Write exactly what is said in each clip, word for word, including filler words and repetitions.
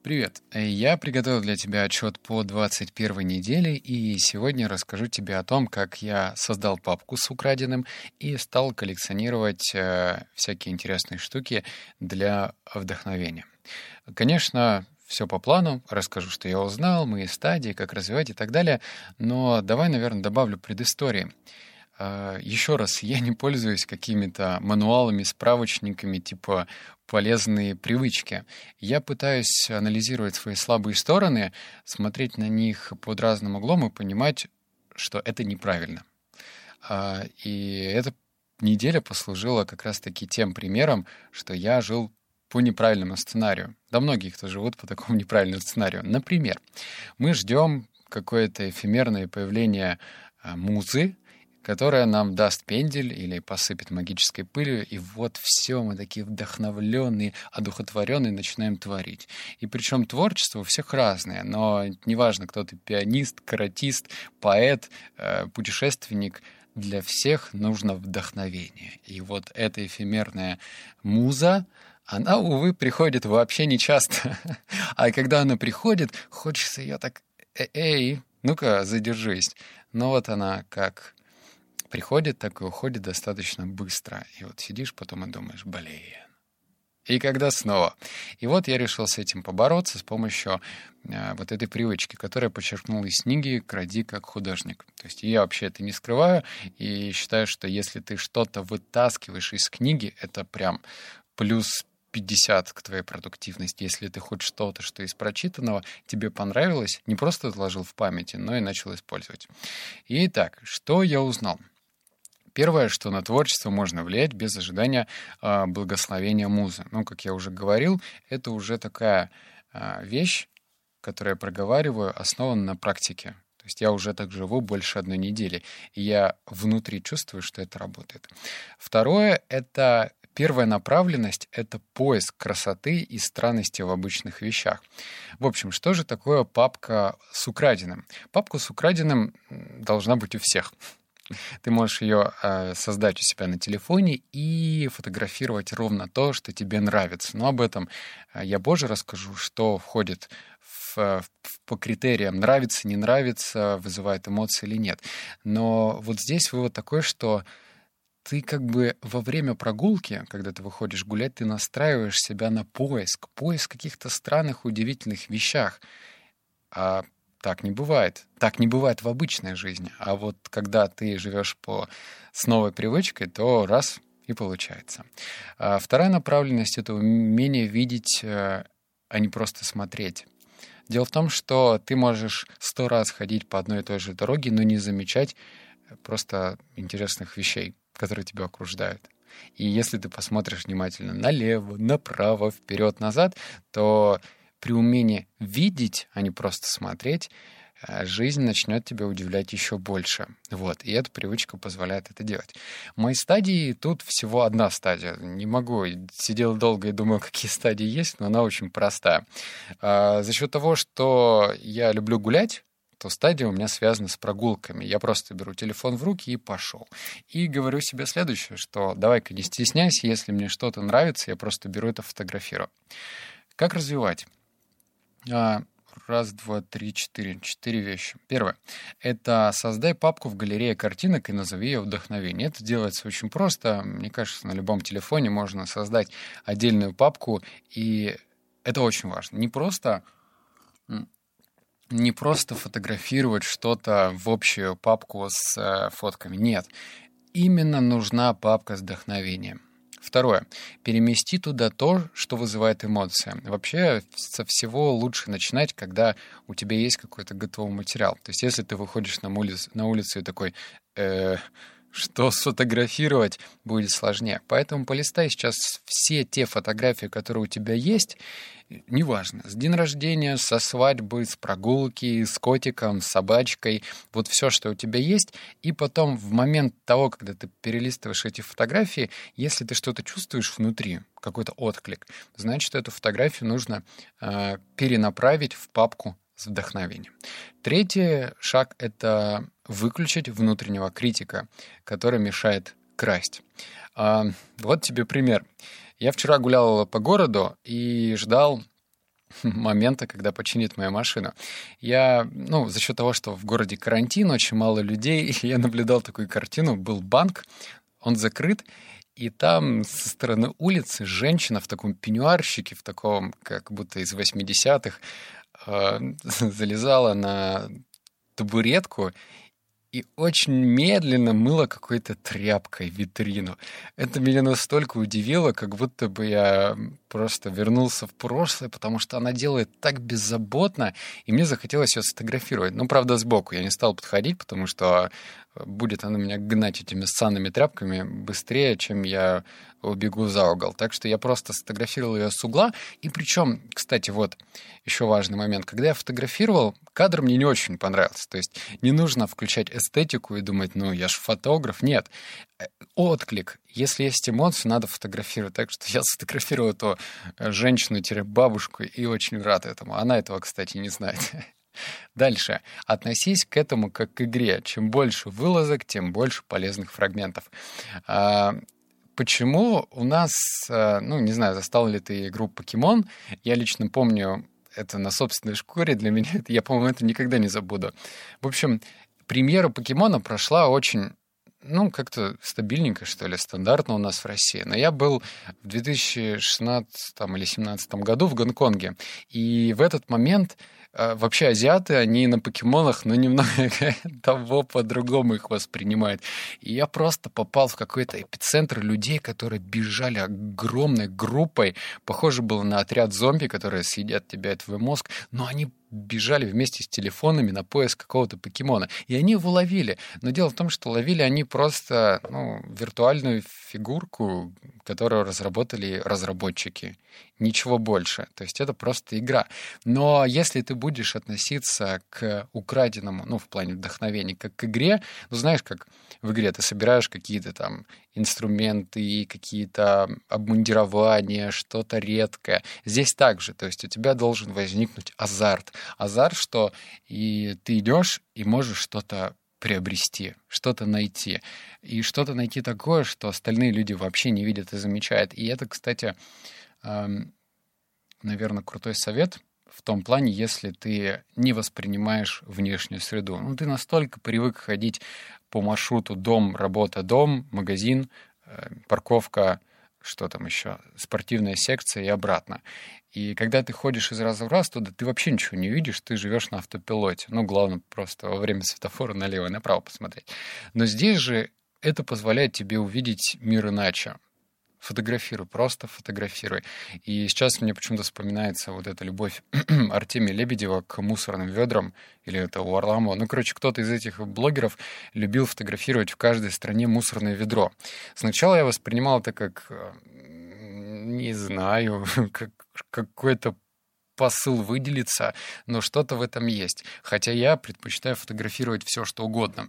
Привет. Я приготовил для тебя отчет по двадцать первой неделе, и сегодня расскажу тебе о том, как я создал папку с украденным и стал коллекционировать э, всякие интересные штуки для вдохновения. Конечно, все по плану, расскажу, что я узнал, мои стадии, как развивать и так далее, но давай, наверное, добавлю предыстории. А, Еще раз, я не пользуюсь какими-то мануалами, справочниками типа полезные привычки. Я пытаюсь анализировать свои слабые стороны, смотреть на них под разным углом и понимать, что это неправильно. А, И эта неделя послужила как раз-таки тем примером, что я жил по неправильному сценарию. Да многие кто живут по такому неправильному сценарию. Например, мы ждем какое-то эфемерное появление а, музы, которая нам даст пендель или посыпет магической пылью, и вот все, мы такие вдохновленные, одухотворенные, начинаем творить. И причем творчество у всех разное, но неважно, кто ты, пианист, каратист, поэт, э, путешественник, для всех нужно вдохновение. И вот эта эфемерная муза, она, увы, приходит вообще не часто. А когда она приходит, хочется ее так, «Э- эй, ну-ка, задержись. Но вот она как приходит, так и уходит достаточно быстро. И вот сидишь потом и думаешь, блин. И когда снова. И вот я решил с этим побороться с помощью э, вот этой привычки, которую я подчеркнул из книги «Кради как художник». То есть я вообще это не скрываю и считаю, что если ты что-то вытаскиваешь из книги, это прям плюс пятьдесят к твоей продуктивности. Если ты хоть что-то, что из прочитанного тебе понравилось, не просто отложил в памяти, но и начал использовать. Итак, что я узнал? Первое, что на творчество можно влиять без ожидания а, благословения музы. Ну, как я уже говорил, это уже такая а, вещь, которую я проговариваю, основана на практике. То есть я уже так живу больше одной недели, и я внутри чувствую, что это работает. Второе — это первая направленность — это поиск красоты и странности в обычных вещах. В общем, что же такое папка с украденным? Папка с украденным должна быть у всех. Ты можешь ее э, создать у себя на телефоне и фотографировать ровно то, что тебе нравится. Но об этом э, я позже расскажу, что входит в, в, по критериям нравится, не нравится, вызывает эмоции или нет. Но вот здесь вывод такой, что ты как бы во время прогулки, когда ты выходишь гулять, ты настраиваешь себя на поиск, поиск каких-то странных, удивительных вещах. А так не бывает. Так не бывает в обычной жизни. А вот когда ты живешь по... с новой привычкой, то раз и получается. А вторая направленность — это умение видеть, а не просто смотреть. Дело в том, что ты можешь сто раз ходить по одной и той же дороге, но не замечать просто интересных вещей, которые тебя окружают. И если ты посмотришь внимательно налево, направо, вперед, назад, то при умении видеть, а не просто смотреть, жизнь начнет тебя удивлять еще больше. Вот. И эта привычка позволяет это делать. В моей стадии тут всего одна стадия. Не могу. Сидел долго и думал, какие стадии есть, но она очень простая. А за счет того, что я люблю гулять, то стадия у меня связана с прогулками. Я просто беру телефон в руки и пошел. И говорю себе следующее, что давай-ка не стесняйся, если мне что-то нравится, я просто беру это, фотографирую. Как развивать? Раз, два, три, четыре. Четыре вещи. Первое. Это создай папку в галерее картинок и назови ее «Вдохновение». Это делается очень просто. Мне кажется, на любом телефоне можно создать отдельную папку, и это очень важно. Не просто, не просто фотографировать что-то в общую папку с э, фотками. Нет. Именно нужна папка с вдохновением. Второе. Перемести туда то, что вызывает эмоции. Вообще, со всего лучше начинать, когда у тебя есть какой-то готовый материал. То есть, если ты выходишь на улицу, на улицу и такой, э, что сфотографировать, будет сложнее. Поэтому полистай сейчас все те фотографии, которые у тебя есть, неважно, с дня рождения, со свадьбы, с прогулки, с котиком, с собачкой, вот все, что у тебя есть, и потом в момент того, когда ты перелистываешь эти фотографии, если ты что-то чувствуешь внутри, какой-то отклик, значит, эту фотографию нужно э, перенаправить в папку с вдохновением. Третий шаг — это выключить внутреннего критика, который мешает красть. А, вот тебе пример. Я вчера гулял по городу и ждал момента, когда починит мою машину. Я, ну, за счет того, что в городе карантин, очень мало людей, я наблюдал такую картину. Был банк, он закрыт, и там со стороны улицы женщина в таком пеньюарщике, в таком, как будто из восьмидесятых, э, залезала на табуретку и очень медленно мыла какой-то тряпкой витрину. Это меня настолько удивило, как будто бы я просто вернулся в прошлое, потому что она делает так беззаботно, и мне захотелось ее сфотографировать. Ну, правда, сбоку. Я не стал подходить, потому что будет она меня гнать этими ссаными тряпками быстрее, чем я убегу за угол. Так что я просто сфотографировал ее с угла. И причем, кстати, вот еще важный момент. Когда я фотографировал, кадр мне не очень понравился. То есть не нужно включать эстетику и думать, ну, я же фотограф. Нет. Отклик. Если есть эмоции, надо фотографировать. Так что я сфотографировал эту женщину-бабушку и очень рад этому. Она этого, кстати, не знает. Дальше. Относись к этому как к игре. Чем больше вылазок, тем больше полезных фрагментов. А, почему у нас, ну, не знаю, застал ли ты игру Покемон? Я лично помню это на собственной шкуре. Для меня, я, по-моему, это никогда не забуду. В общем, премьера Покемона прошла очень, ну, как-то стабильненько, что ли, стандартно у нас в России. Но я был в две тысячи шестнадцатом или две тысячи семнадцатом году в Гонконге. И в этот момент вообще азиаты, они на покемонах, ну, немного того по-другому их воспринимают. И я просто попал в какой-то эпицентр людей, которые бежали огромной группой. Похоже было на отряд зомби, которые съедят тебя и твой мозг. Но они бежали вместе с телефонами на поиск какого-то покемона. И они его ловили. Но дело в том, что ловили они просто, ну, виртуальную фигурку, которую разработали разработчики. Ничего больше. То есть это просто игра. Но если ты будешь относиться к украденному, ну, в плане вдохновения, как к игре, ну, знаешь, как в игре ты собираешь какие-то там инструменты, какие-то обмундирования, что-то редкое. Здесь также. То есть у тебя должен возникнуть азарт. Азарт, что и ты идешь и можешь что-то приобрести, что-то найти. И что-то найти такое, что остальные люди вообще не видят и замечают. И это, кстати, наверное, крутой совет в том плане, если ты не воспринимаешь внешнюю среду. Ну, ты настолько привык ходить по маршруту дом, работа, дом, магазин, парковка, что там еще, спортивная секция и обратно. И когда ты ходишь из раза в раз туда, ты вообще ничего не видишь, ты живешь на автопилоте. Ну, главное просто во время светофора налево и направо посмотреть. Но здесь же это позволяет тебе увидеть мир иначе. Фотографируй, просто фотографируй. И сейчас мне почему-то вспоминается вот эта любовь Артемия Лебедева к мусорным ведрам, или это у Варламова. Ну, короче, кто-то из этих блогеров любил фотографировать в каждой стране мусорное ведро. Сначала я воспринимал это как, не знаю, как какой-то посыл выделиться, но что-то в этом есть. Хотя я предпочитаю фотографировать все, что угодно.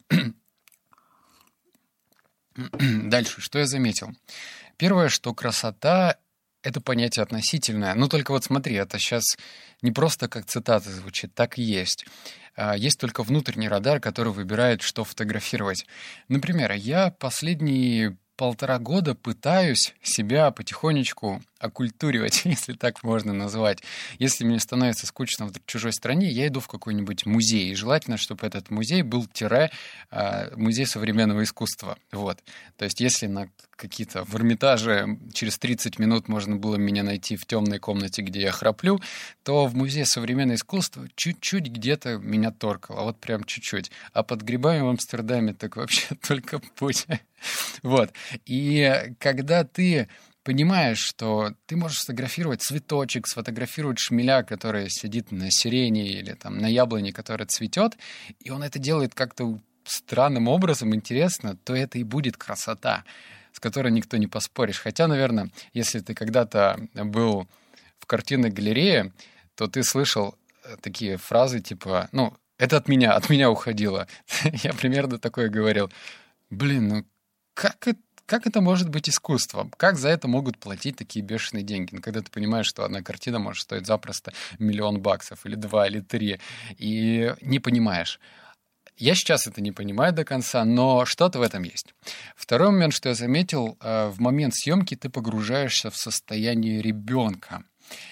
Дальше, что я заметил? Первое, что красота — это понятие относительное. Ну, только вот смотри, это сейчас не просто как цитата звучит, так и есть. Есть только внутренний радар, который выбирает, что фотографировать. Например, я последние полтора года пытаюсь себя потихонечку оккультуривать, если так можно назвать. Если мне становится скучно в чужой стране, я иду в какой-нибудь музей. И желательно, чтобы этот музей был тире музей современного искусства. Вот. То есть если на какие-то в Эрмитаже через тридцать минут можно было меня найти в темной комнате, где я храплю, то в музее современного искусства чуть-чуть где-то меня торкало. Вот прям чуть-чуть. А под грибами в Амстердаме так вообще только путь. Вот. И когда ты понимаешь, что ты можешь сфотографировать цветочек, сфотографировать шмеля, который сидит на сирене или там на яблоне, которая цветет, и он это делает как-то странным образом, интересно, то это и будет красота, с которой никто не поспоришь. Хотя, наверное, если ты когда-то был в картинной галерее, то ты слышал такие фразы типа, ну, это от меня, от меня уходило. Я примерно такое говорил. Блин, ну как это? Как это может быть искусством? Как за это могут платить такие бешеные деньги? Ну, когда ты понимаешь, что одна картина может стоить запросто миллион баксов, или два, или три, и не понимаешь. Я сейчас это не понимаю до конца, но что-то в этом есть. Второй момент, что я заметил, в момент съемки ты погружаешься в состояние ребенка.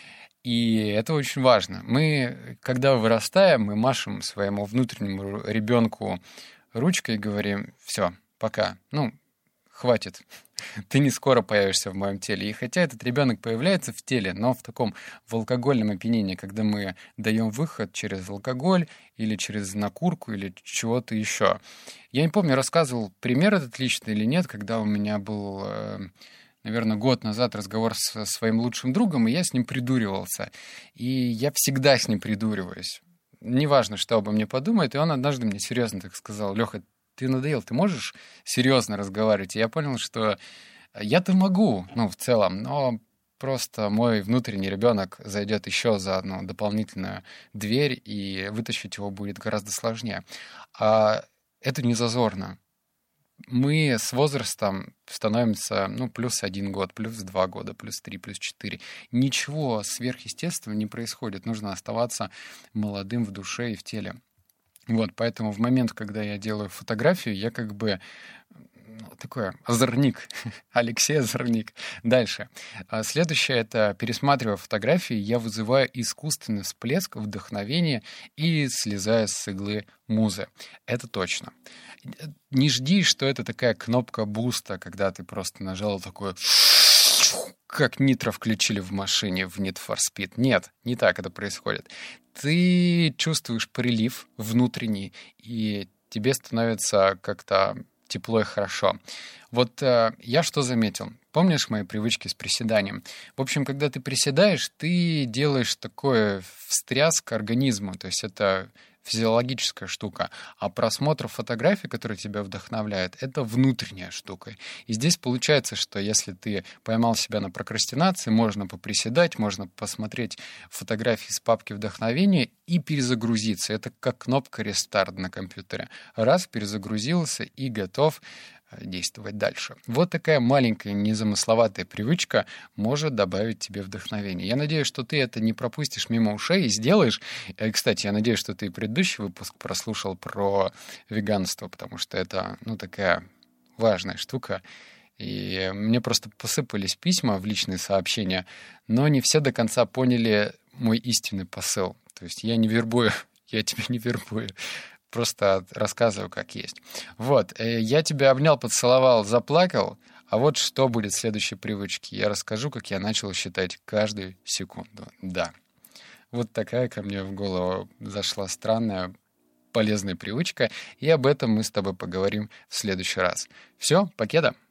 И это очень важно. Мы, когда вырастаем, мы машем своему внутреннему ребенку ручкой и говорим: все, пока, ну, хватит, ты не скоро появишься в моем теле. И хотя этот ребенок появляется в теле, но в таком в алкогольном опьянении, когда мы даем выход через алкоголь или через накурку или чего-то еще. Я не помню, рассказывал пример этот личный или нет, когда у меня был, э, наверное, год назад разговор со своим лучшим другом, и я с ним придуривался. И я всегда с ним придуриваюсь. Неважно, что обо мне подумает. И он однажды мне серьезно так сказал: Леха, ты надоел, ты можешь серьезно разговаривать? И я понял, что я-то могу, ну, в целом, но просто мой внутренний ребенок зайдет еще за одну дополнительную дверь, и вытащить его будет гораздо сложнее. А это не зазорно. Мы с возрастом становимся, ну, плюс один год, плюс два года, плюс три, плюс четыре. Ничего сверхъестественного не происходит. Нужно оставаться молодым в душе и в теле. Вот, поэтому в момент, когда я делаю фотографию, я как бы ну, такой озорник, Алексей Озорник. Дальше. А следующее — это, пересматривая фотографии, я вызываю искусственный всплеск вдохновения и слезаю с иглы музы. Это точно. Не жди, что это такая кнопка буста, когда ты просто нажал такое... как нитро включили в машине в Need for Speed. Нет, не так это происходит. Ты чувствуешь прилив внутренний, и тебе становится как-то тепло и хорошо. Вот э, я что заметил? Помнишь мои привычки с приседанием? В общем, когда ты приседаешь, ты делаешь такой встряск организму, то есть это физиологическая штука, а просмотр фотографий, которые тебя вдохновляют, это внутренняя штука. И здесь получается, что если ты поймал себя на прокрастинации, можно поприседать, можно посмотреть фотографии с папки вдохновения и перезагрузиться. Это как кнопка рестарт на компьютере. Раз, перезагрузился и готов действовать дальше. Вот такая маленькая незамысловатая привычка может добавить тебе вдохновение. Я надеюсь, что ты это не пропустишь мимо ушей и сделаешь. И, кстати, я надеюсь, что ты предыдущий выпуск прослушал про веганство, потому что это, ну, такая важная штука. И мне просто посыпались письма в личные сообщения, но не все до конца поняли мой истинный посыл. То есть я не вербую, я тебя не вербую. Просто рассказываю, как есть. Вот, я тебя обнял, поцеловал, заплакал, а вот что будет в следующей привычке. Я расскажу, как я начал считать каждую секунду. Да, вот такая ко мне в голову зашла странная, полезная привычка, и об этом мы с тобой поговорим в следующий раз. Все, покеда!